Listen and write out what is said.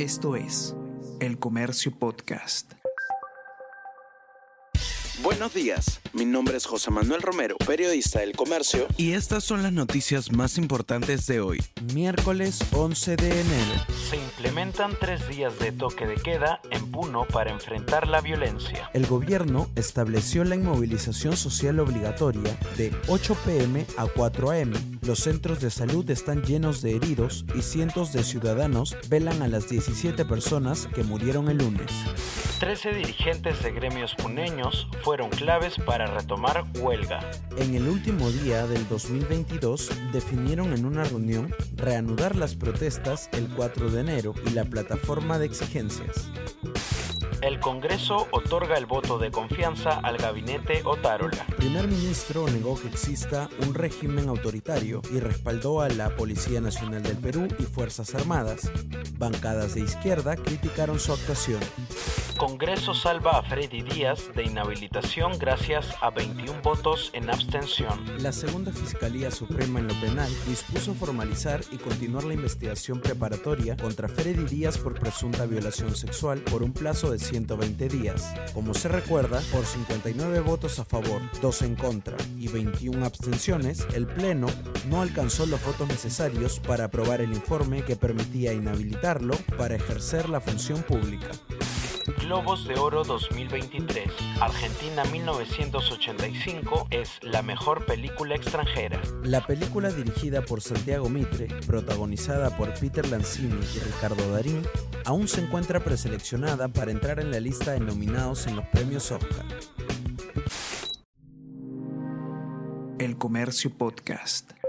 Esto es El Comercio Podcast. Buenos días, mi nombre es José Manuel Romero, periodista del Comercio. Y estas son las noticias más importantes de hoy, miércoles 11 de enero. Se implementan 3 días de toque de queda en Puno para enfrentar la violencia. El gobierno estableció la inmovilización social obligatoria de 8 p.m. a 4 a.m. Los centros de salud están llenos de heridos y cientos de ciudadanos velan a las 17 personas que murieron el lunes. 13 dirigentes de gremios puneños fueron claves para retomar huelga. En el último día del 2022 definieron en una reunión reanudar las protestas el 4 de enero y la plataforma de exigencias. El Congreso otorga el voto de confianza al gabinete Otárola. El primer ministro negó que exista un régimen autoritario y respaldó a la Policía Nacional del Perú y Fuerzas Armadas. Bancadas de izquierda criticaron su actuación. Congreso salva a Freddy Díaz de inhabilitación gracias a 21 votos en abstención. La Segunda Fiscalía Suprema en lo Penal dispuso formalizar y continuar la investigación preparatoria contra Freddy Díaz por presunta violación sexual por un plazo de 120 días. Como se recuerda, por 59 votos a favor, 2 en contra y 21 abstenciones, el Pleno no alcanzó los votos necesarios para aprobar el informe que permitía inhabilitarlo para ejercer la función pública. Globos de Oro 2023. Argentina 1985 es la mejor película extranjera. La película, dirigida por Santiago Mitre, protagonizada por Peter Lanzini y Ricardo Darín, aún se encuentra preseleccionada para entrar en la lista de nominados en los premios Oscar. El Comercio Podcast.